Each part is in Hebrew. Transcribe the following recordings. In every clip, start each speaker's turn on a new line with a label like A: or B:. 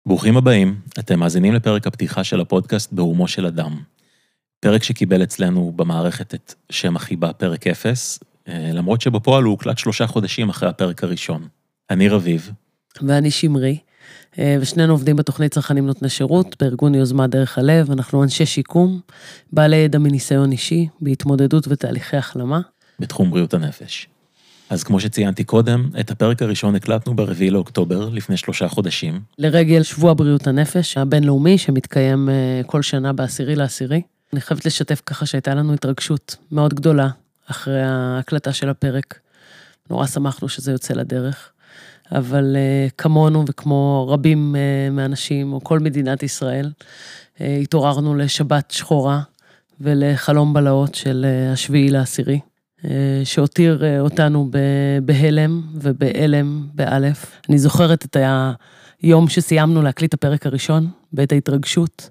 A: ברוכים הבאים, אתם מאזינים לפרק הפתיחה של הפודקאסט ברומו של אדם. פרק שקיבל אצלנו במערכת את שם החיבה פרק 0, למרות שבפועל הוא הוקלט 3 חודשים אחרי הפרק הראשון. אני רביב.
B: ואני שמרי, ושנינו עובדים בתוכנית צרכנים נותני שירות, בארגון יוזמה דרך הלב, אנחנו אנשי שיקום, בעלי ידע מניסיון אישי, בהתמודדות ותהליכי החלמה.
A: בתחום בריאות הנפש. אז כמו שציינתי קודם, את הפרק הראשון הקלטנו ב4 לאוקטובר, לפני 3 חודשים.
B: לרגל שבוע בריאות הנפש, הבינלאומי, שמתקיים כל שנה ב10/10. אני חייבת לשתף ככה שהייתה לנו התרגשות מאוד גדולה, אחרי ההקלטה של הפרק. נורא שמחנו שזה יוצא לדרך. אבל כמונו וכמו רבים מאנשים, או כל מדינת ישראל, התעוררנו לשבת שחורה, ולחלום בלהות של 7/10. שהותיר אותנו בהלם ובאלם באלף. אני זוכרת את היום שסיימנו להקליט הפרק הראשון, ואת ההתרגשות,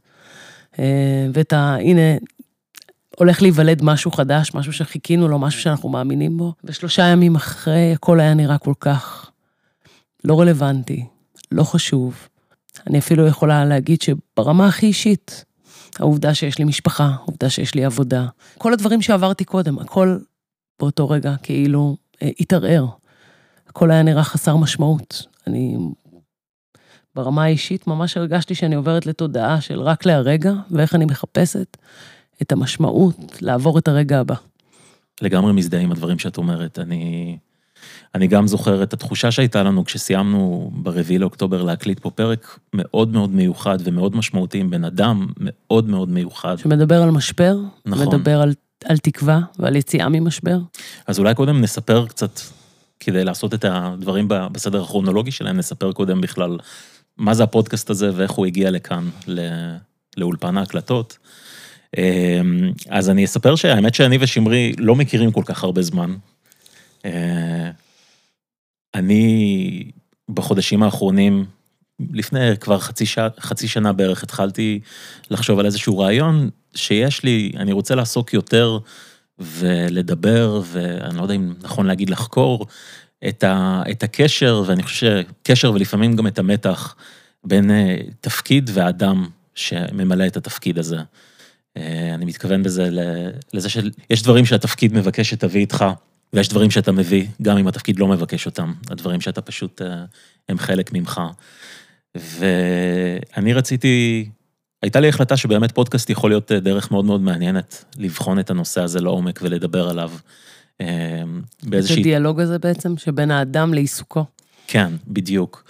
B: הנה, הולך להיוולד משהו חדש, משהו שחיכינו לו, משהו שאנחנו מאמינים בו, ו3 ימים אחרי, הכל היה נראה כל כך לא רלוונטי, לא חשוב. אני אפילו יכולה להגיד שברמה הכי אישית, העובדה שיש לי משפחה, העובדה שיש לי עבודה, כל הדברים שעברתי קודם, הכל באותו רגע כאילו התערער. הכל היה נראה חסר משמעות. אני ברמה האישית ממש הרגשתי שאני עוברת לתודעה של רק להרגע, ואיך אני מחפשת את המשמעות לעבור את הרגע הבא.
A: לגמרי מזדהה עם הדברים שאת אומרת. אני גם זוכר את התחושה שהייתה לנו כשסיימנו ב4 לאוקטובר להקליט פה פרק מאוד מאוד מיוחד ומאוד משמעותי עם בן אדם מאוד מאוד מיוחד.
B: שמדבר על משבר,
A: נכון.
B: מדבר על תקווה ועל יציאה ממשבר.
A: אז אולי קודם נספר קצת, כדי לעשות את הדברים בסדר הכרונולוגי שלהם, נספר קודם בכלל מה זה הפודקאסט הזה ואיך הוא הגיע לכאן, לאולפן ההקלטות. אז אני אספר שהאמת שאני ושמרי לא מכירים כל כך הרבה זמן. אני בחודשים האחרונים, לפני כבר חצי שנה בערך, התחלתי לחשוב על איזשהו רעיון שיש לי, אני רוצה לעסוק יותר ולדבר, ואני לא יודע אם נכון להגיד לחקור, את הקשר, ואני חושב שקשר ולפעמים גם את המתח בין תפקיד ואדם שממלא את התפקיד הזה. אני מתכוון בזה לזה שיש דברים שהתפקיד מבקש שתביא איתך, ויש דברים שאתה מביא, גם אם התפקיד לא מבקש אותם, הדברים שאתה פשוט, הם חלק ממך. ואני רציתי, הייתה לי החלטה שבאמת פודקאסט יכול להיות דרך מאוד מאוד מעניינת, לבחון את הנושא הזה לעומק ולדבר עליו.
B: את הדיאלוג הזה בעצם, שבין האדם לעיסוקו.
A: כן, בדיוק.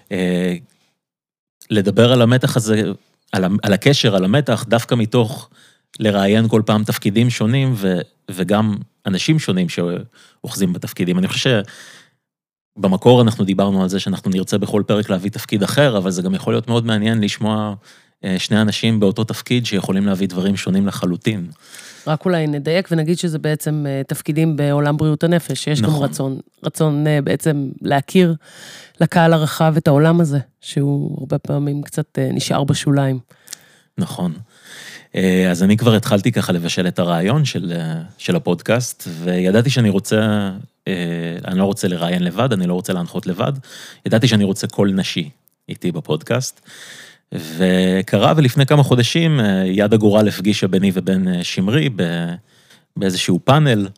A: לדבר על המתח הזה, על הקשר, על המתח, דווקא מתוך לראיין כל פעם תפקידים שונים, וגם אנשים שונים שאוחזים בתפקידים. אני חושב שבמקור אנחנו דיברנו על זה שאנחנו נרצה בכל פרק להביא תפקיד אחר, אבל זה גם יכול להיות מאוד מעניין לשמוע 2 אנשים באותו תפקיד שיכולים להביא דברים שונים לחלוטין.
B: רק אולי נדייק ונגיד שזה בעצם תפקידים בעולם בריאות הנפש, שיש נכון. גם רצון בעצם להכיר לקהל הרחב את העולם הזה, שהוא הרבה פעמים קצת נשאר בשוליים.
A: נכון. אז אני כבר התחלתי ככה לבשל את הרעיון של הפודקאסט, וידעתי שאני רוצה, אני לא רוצה לראיין לבד, אני לא רוצה להנחות לבד, ידעתי שאני רוצה קול נשי איתי בפודקאסט, וקרה ולפני כמה חודשים, יד הגורל הפגישה ביני ובין שמרי, באיזשהו פאנל,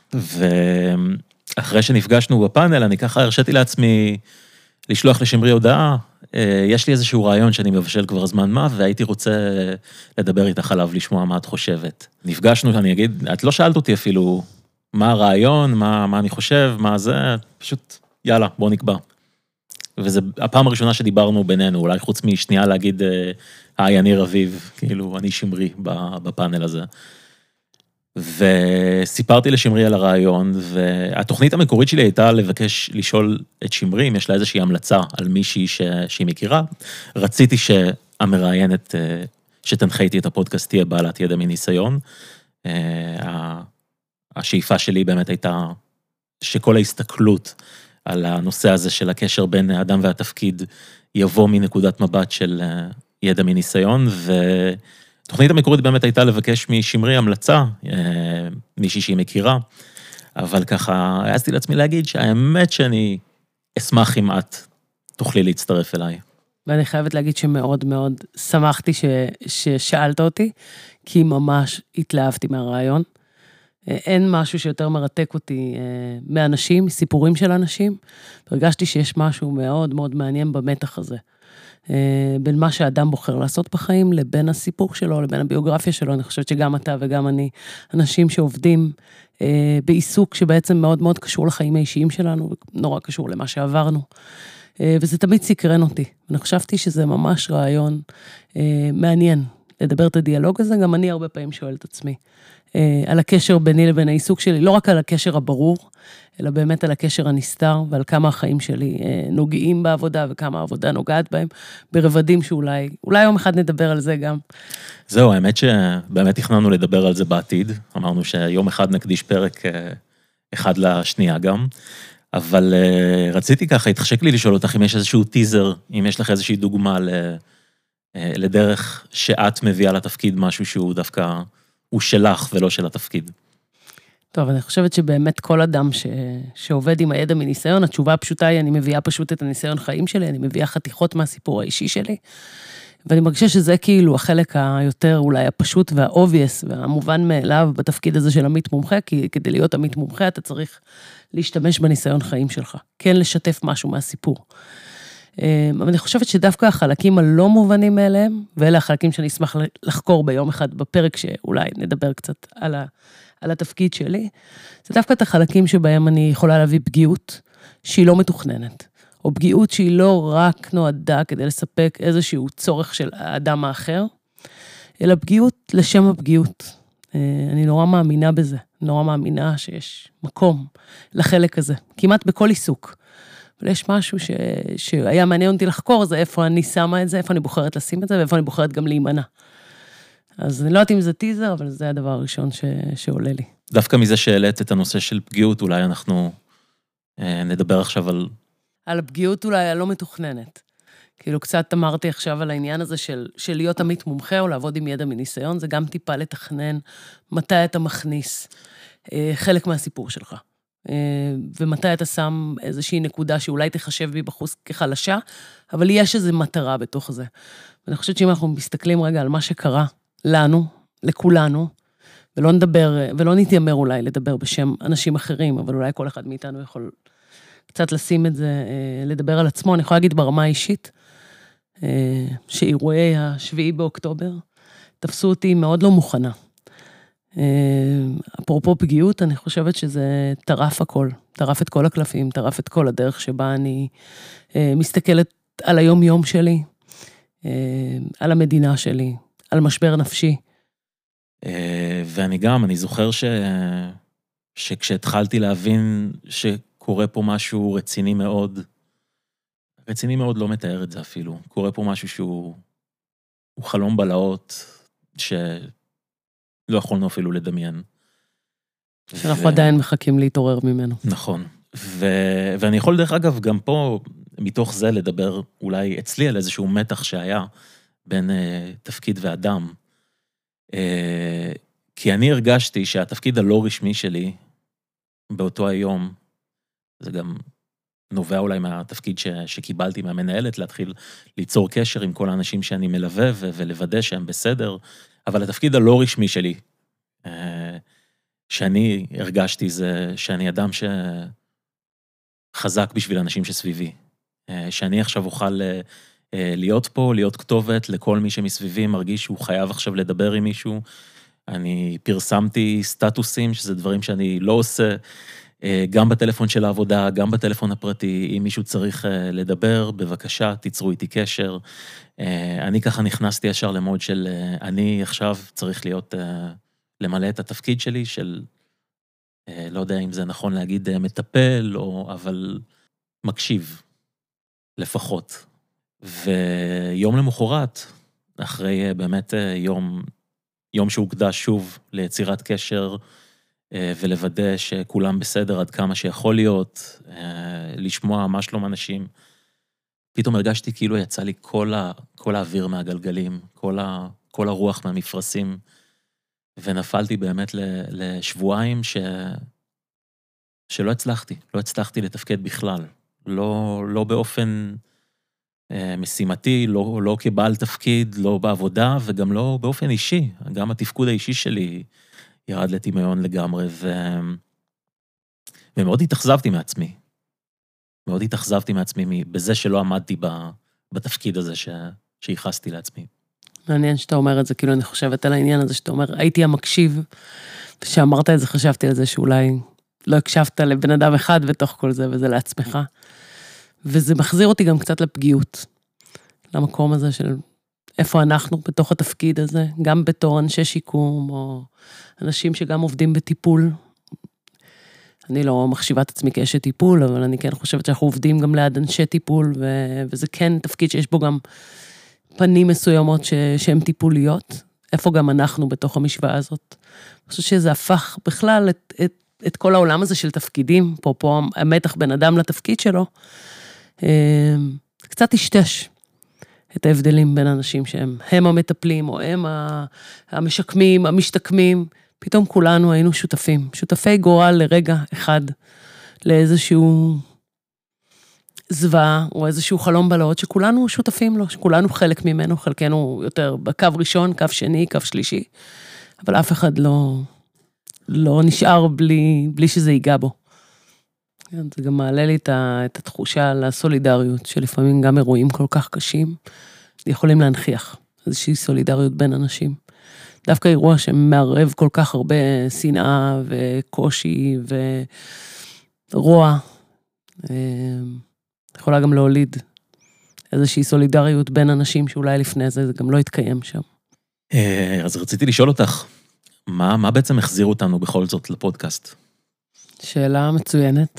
A: ואחרי שנפגשנו בפאנל, אני ככה הרשיתי לעצמי לשלוח לשמרי הודעה, יש לי איזשהו רעיון שאני מבשל כבר זמן מה, והייתי רוצה לדבר איתך עליו, לשמוע מה את חושבת. נפגשנו, אני אגיד, את לא שאלת אותי אפילו מה הרעיון, מה אני חושב, מה זה, פשוט יאללה, בוא נקבע. וזה הפעם הראשונה שדיברנו בינינו, אולי חוץ משנייה להגיד, היי, אני רביב, כאילו, אני שמרי בפאנל הזה. וסיפרתי לשמרי על הרעיון, והתוכנית המקורית שלי הייתה לבקש לשאול את שמרי, אם יש לה איזושהי המלצה על מישהי שהיא מכירה. רציתי שהמראיינת שתנחה איתי את הפודקאסט תהיה בעלת ידע מניסיון. השאיפה שלי באמת הייתה שכל ההסתכלות על הנושא הזה של הקשר בין האדם והתפקיד יבוא מנקודת מבט של ידע מניסיון, תוכנית המקורית באמת הייתה לבקש משמרי המלצה, מישהי שהיא מכירה, אבל ככה, העזתי לעצמי להגיד שהאמת שאני אשמח אם את תוכלי להצטרף אליי.
B: ואני חייבת להגיד שמאוד מאוד שמחתי ששאלת אותי, כי ממש התלהבתי מהרעיון. אין משהו שיותר מרתק אותי מאנשים, סיפורים של אנשים. הרגשתי שיש משהו מאוד מאוד מעניין במתח הזה. בין מה שהאדם בוחר לעשות בחיים, לבין הסיפור שלו, לבין הביוגרפיה שלו. אני חושבת שגם אתה וגם אני, אנשים שעובדים בעיסוק שבעצם מאוד מאוד קשור לחיים האישיים שלנו, נורא קשור למה שעברנו. וזה תמיד סקרן אותי. אני חשבתי שזה ממש רעיון מעניין. לדבר את הדיאלוג הזה, גם אני הרבה פעמים שואל את עצמי. על הקשר ביני לבין העיסוק שלי, לא רק על הקשר הברור, אלא באמת על הקשר הנסתר, ועל כמה החיים שלי נוגעים בעבודה, וכמה העבודה נוגעת בהם, ברבדים שאולי יום אחד נדבר על זה גם.
A: זהו, האמת שבאמת תכננו לדבר על זה בעתיד, אמרנו שיום אחד נקדיש פרק אחד לשנייה גם, אבל רציתי ככה, התחשק לי לשאול אותך אם יש איזשהו טיזר, אם יש לך איזושהי דוגמה לדרך שאת מביאה לתפקיד משהו שהוא דווקא, הוא שלך ולא של התפקיד.
B: טוב, אני חושבת שבאמת כל אדם שעובד עם הידע מניסיון, התשובה הפשוטה היא, אני מביאה פשוט את הניסיון חיים שלי, אני מביאה חתיכות מהסיפור האישי שלי, ואני מרגישה שזה כאילו החלק היותר אולי הפשוט והאובייס, והמובן מאליו בתפקיד הזה של עמית מומחה, כי כדי להיות עמית מומחה אתה צריך להשתמש בניסיון חיים שלך, כן לשתף משהו מהסיפור. אבל אני חושבת שדווקא החלקים הלא מובנים מאליהם, ואלה החלקים שאני אשמח לחקור ביום אחד בפרק שאולי נדבר קצת על התפקיד שלי, זה דווקא את החלקים שבהם אני יכולה להביא פגיעות שהיא לא מתוכננת, או פגיעות שהיא לא רק נועדה כדי לספק איזשהו צורך של האדם האחר, אלא פגיעות לשם הפגיעות. אני נורא מאמינה בזה, נורא מאמינה שיש מקום לחלק הזה, כמעט בכל עיסוק. אבל יש משהו שהיה מעניין אותי לחקור, זה איפה אני שמה את זה, איפה אני בוחרת לשים את זה, ואיפה אני בוחרת גם להימנע. אז אני לא יודעת אם זה טיזר, אבל זה הדבר הראשון שעולה לי.
A: דווקא מזה שהעלית את הנושא של פגיעות, אולי אנחנו נדבר עכשיו
B: על הפגיעות אולי הלא מתוכננת. כאילו קצת אמרתי עכשיו על העניין הזה של להיות עמית מומחה, או לעבוד עם ידע מניסיון, זה גם טיפה לתכנן מתי אתה מכניס חלק מהסיפור שלך. ומתי אתה שם איזושהי נקודה שאולי תחשב בי בחוץ כחלשה, אבל יש איזו מטרה בתוך זה. ואני חושבת שאם אנחנו מסתכלים רגע על מה שקרה לנו, לכולנו, ולא נתיימר אולי לדבר בשם אנשים אחרים, אבל אולי כל אחד מאיתנו יכול קצת לשים את זה, לדבר על עצמו. אני יכולה להגיד ברמה האישית, שאירועי השביעי באוקטובר, תפסו אותי מאוד לא מוכנה. אפרופו פגיעות, אני חושבת שזה טרף הכל, טרף את כל הקלפים, טרף את כל הדרך שבה אני מסתכלת על היום-יום שלי, על המדינה שלי, על משבר נפשי.
A: אני זוכר שכשהתחלתי להבין שקורה פה משהו רציני מאוד לא מתאר את זה אפילו, קורה פה משהו שהוא חלום בלהות, לא יכולנו אפילו לדמיין.
B: שאנחנו עדיין מחכים להתעורר ממנו.
A: נכון. ואני יכול דרך אגב גם פה, מתוך זה לדבר אולי אצלי על איזשהו מתח שהיה בין תפקיד ואדם. כי אני הרגשתי שהתפקיד הלא רשמי שלי, באותו היום, זה גם נובע אולי מהתפקיד שקיבלתי מהמנהלת, להתחיל ליצור קשר עם כל האנשים שאני מלווה ולוודא שהם בסדר, אבל התפקיד הלא רשמי שלי, שאני הרגשתי זה שאני אדם שחזק בשביל אנשים שסביבי. שאני עכשיו אוכל להיות פה, להיות כתובת לכל מי שמסביבי, מרגיש שהוא חייב עכשיו לדבר עם מישהו. אני פרסמתי סטטוסים, שזה דברים שאני לא עושה, גם בטלפון של העבודה, גם בטלפון הפרטי, אם מישהו צריך לדבר, בבקשה, תיצרו איתי קשר. אני ככה נכנסתי ישר למוד של, אני עכשיו צריך להיות, למלא את התפקיד שלי של, לא יודע אם זה נכון להגיד מטפל, אבל מקשיב, לפחות. ויום למחרת, אחרי באמת יום שהוקדש שוב ליצירת קשר, ולוודא שכולם בסדר עד כמה שיכול להיות, לשמוע מה שלום אנשים. פתאום הרגשתי כאילו יצא לי כל האוויר מהגלגלים, כל הרוח מהמפרסים, ונפלתי באמת לשבועיים שלא הצלחתי, לא הצלחתי לתפקד בכלל. לא באופן משימתי, לא כבעל תפקיד, לא בעבודה, וגם לא באופן אישי. גם התפקוד האישי שלי ירד לטמיון לגמרי, ומאוד התאכזבתי מעצמי. מאוד התאכזבתי מעצמי בזה שלא עמדתי בתפקיד הזה שייחסתי לעצמי.
B: מעניין שאתה אומר את זה, כאילו אני חושבת על העניין הזה שאתה אומר, הייתי המקשיב, ושאמרת את זה חשבתי על זה שאולי לא הקשבת לבן אדם אחד בתוך כל זה, וזה לעצמך. וזה מחזיר אותי גם קצת לפגיעות, למקום הזה של איפה אנחנו בתוך התפקיד הזה, גם בתור אנשי שיקום, או אנשים שגם עובדים בטיפול. אני לא מחשיבה את עצמי כאשת טיפול, אבל אני כן חושבת שאנחנו עובדים גם ליד אנשי טיפול, וזה כן תפקיד שיש בו גם פנים מסוימות שהן טיפוליות. איפה גם אנחנו בתוך המשוואה הזאת? אני חושבת שזה הפך בכלל את כל העולם הזה של תפקידים, פה המתח בין אדם לתפקיד שלו, קצת השתש את ההבדלים בין אנשים שהם המטפלים, או הם המשקמים, המשתקמים, פתאום כולנו היינו שותפי גורל לרגע אחד, לאיזשהו זוועה, או איזשהו חלום בלהות, שכולנו שותפים לו, שכולנו חלק ממנו, חלקנו יותר בקו ראשון, קו שני, קו שלישי, אבל אף אחד לא נשאר בלי שזה ייגע בו. זה גם מעלה לי את התחושה על הסולידריות, שלפעמים גם אירועים כל כך קשים, יכולים להנכיח איזושהי סולידריות בין אנשים. דווקא אירוע שמערב כל כך הרבה שנאה וקושי ורוע, יכולה גם להוליד איזושהי סולידריות בין אנשים שאולי לפני זה גם לא יתקיים שם.
A: אז רציתי לשאול אותך, מה בעצם החזיר אותנו בכל זאת לפודקאסט?
B: שאלה מצוינת.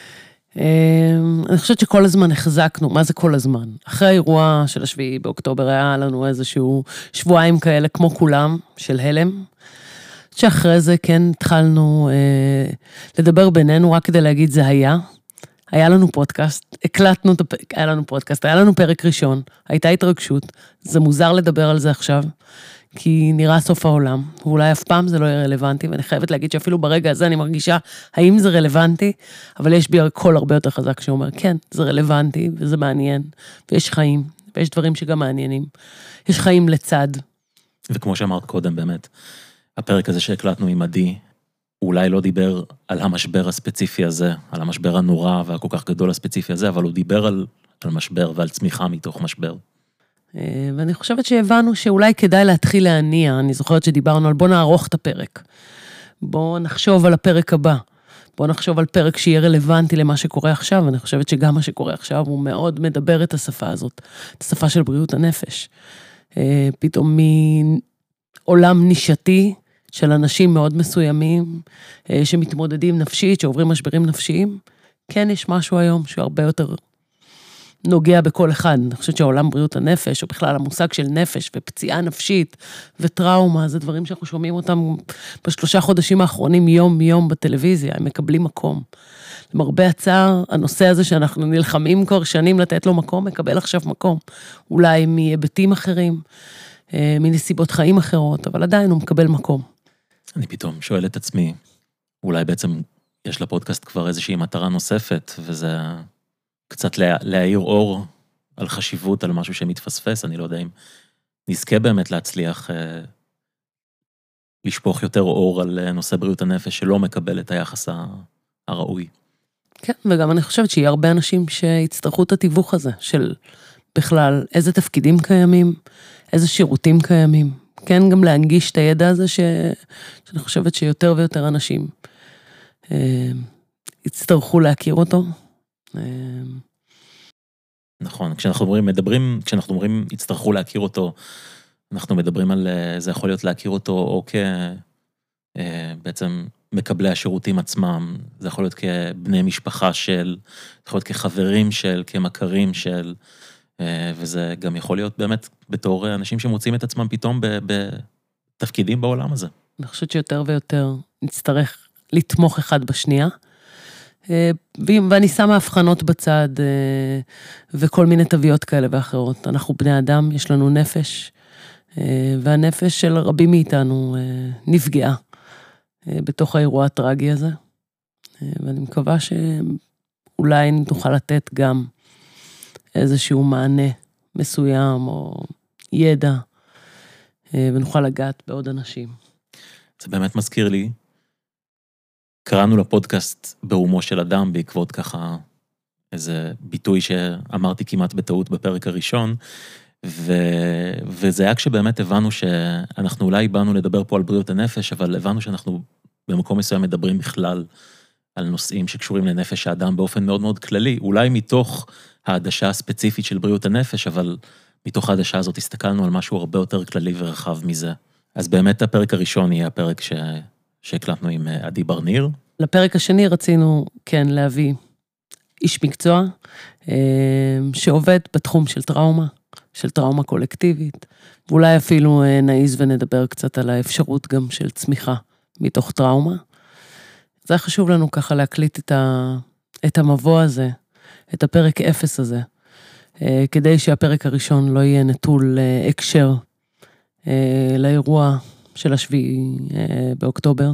B: אני חושבת שכל הזמן החזקנו, מה זה כל הזמן? אחרי האירוע של 7 באוקטובר היה לנו איזשהו שבועיים כאלה כמו כולם, של הלם, שאחרי זה כן התחלנו לדבר בינינו רק כדי להגיד זה היה לנו פודקאסט, הקלטנו את הפרק, היה לנו פודקאסט, היה לנו פרק ראשון, הייתה התרגשות, זה מוזר לדבר על זה עכשיו, כי נראה סוף העולם, ואולי אף פעם זה לא יהיה רלוונטי, ואני חייבת להגיד שאפילו ברגע הזה אני מרגישה, האם זה רלוונטי, אבל יש בי קול הרבה יותר חזק שאומר, כן, זה רלוונטי, וזה מעניין, ויש חיים, ויש דברים שגם מעניינים, יש חיים לצד.
A: וכמו שאמרת קודם באמת, הפרק הזה שהקלטנו עם עדי, אולי לא דיבר על המשבר הספציפי הזה, על המשבר הנורא והכל כך גדול הספציפי הזה, אבל הוא דיבר על משבר ועל צמיחה מתוך משבר.
B: ואני חושבת שהבנו שאולי כדאי להתחיל להניע, אני זוכרת שדיברנו על בוא נערוך את הפרק, בוא נחשוב על הפרק הבא, בוא נחשוב על פרק שיהיה רלוונטי למה שקורה עכשיו, ואני חושבת שגם מה שקורה עכשיו הוא מאוד מדבר את השפה הזאת, את השפה של בריאות הנפש. פתאום מעולם נישתי של אנשים מאוד מסוימים, שמתמודדים נפשית, שעוברים משברים נפשיים, כן יש משהו היום שהרבה יותר נוגע בכל אחד. אני חושבת שהעולם בריאות הנפש, או בכלל המושג של נפש ופציעה נפשית וטראומה, זה דברים שאנחנו שומעים אותם ב3 חודשים האחרונים יום בטלוויזיה, הם מקבלים מקום. למרבה הצער, הנושא הזה שאנחנו נלחמים כבר שנים לתת לו מקום, מקבל עכשיו מקום. אולי מהיבטים אחרים, מנסיבות חיים אחרות, אבל עדיין הוא מקבל מקום.
A: אני פתאום שואל את עצמי, אולי בעצם יש לפודקאסט כבר איזושהי מטרה נוספת, וזה קצת להאיר אור על חשיבות, על משהו שמתפספס, אני לא יודע אם נזכה באמת להצליח לשפוך יותר אור על נושא בריאות הנפש, שלא מקבל את היחס הראוי.
B: כן, וגם אני חושבת שיהיה הרבה אנשים שיצטרכו את התיווך הזה, של בכלל איזה תפקידים קיימים, איזה שירותים קיימים, כן, גם להנגיש את הידע הזה שאני חושבת שיותר ויותר אנשים יצטרכו להכיר אותו.
A: נכון, כשאנחנו אומרים יצטרכו להכיר אותו, אנחנו מדברים על, זה יכול להיות להכיר אותו או בעצם מקבלי השירותים עצמם, זה יכול להיות כבני משפחה של, זה יכול להיות כחברים של, כמכרים של, וזה גם יכול להיות באמת בתור אנשים שמוצאים את עצמם פתאום בתפקידים בעולם הזה.
B: אני חושבת שיותר ויותר נצטרך לתמוך אחד בשנייה, ואני שמה הבחנות בצד, וכל מיני תוויות כאלה ואחרות. אנחנו בני אדם, יש לנו נפש, והנפש של רבים מאיתנו נפגעה בתוך האירוע הטרגי הזה, ואני מקווה שאולי נוכל לתת גם איזשהו מענה מסוים או ידע, ונוכל לגעת בעוד אנשים.
A: זה באמת מזכיר לי, קראנו לפודקאסט באומו של אדם, בעקבות ככה איזה ביטוי שאמרתי כמעט בטעות בפרק הראשון, וזה היה כשבאמת הבנו שאנחנו אולי באנו לדבר פה על בריאות הנפש, אבל הבנו שאנחנו במקום מסוים מדברים בכלל על נושאים שקשורים לנפש האדם באופן מאוד מאוד כללי, אולי מתוך העדשה הספציפית של בריאות הנפש, אבל מתוך העדשה הזאת הסתכלנו על משהו הרבה יותר כללי ורחב מזה. אז באמת הפרק הראשון יהיה הפרק שהקלטנו עם עדי ברניר.
B: לפרק השני רצינו, כן, להביא איש מקצוע, שעובד בתחום של טראומה קולקטיבית, ואולי אפילו נעיז ונדבר קצת על האפשרות גם של צמיחה מתוך טראומה. זה היה חשוב לנו ככה להקליט את המבוא הזה, את הפרק 0 הזה, כדי שהפרק הראשון לא יהיה נטול הקשר לאירוע של 7 באוקטובר,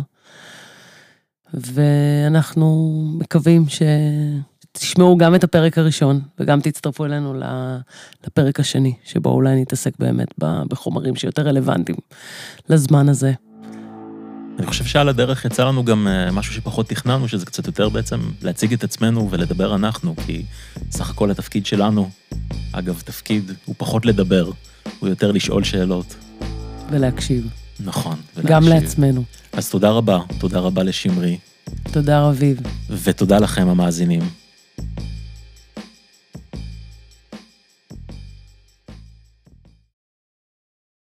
B: ואנחנו מקווים שתשמעו גם את הפרק הראשון, וגם תצטרפו אלינו לפרק השני, שבו אולי נתעסק באמת בחומרים שיותר רלוונטיים לזמן הזה.
A: אני חושב שעל הדרך יצא לנו גם משהו שפחות תכננו, שזה קצת יותר בעצם להציג את עצמנו ולדבר אנחנו, כי סך הכל התפקיד שלנו, אגב, תפקיד הוא פחות לדבר, הוא יותר לשאול שאלות.
B: ולהקשיב.
A: נכון.
B: גם לעצמנו.
A: אז תודה רבה לשמרי.
B: תודה רביב.
A: ותודה לכם המאזינים.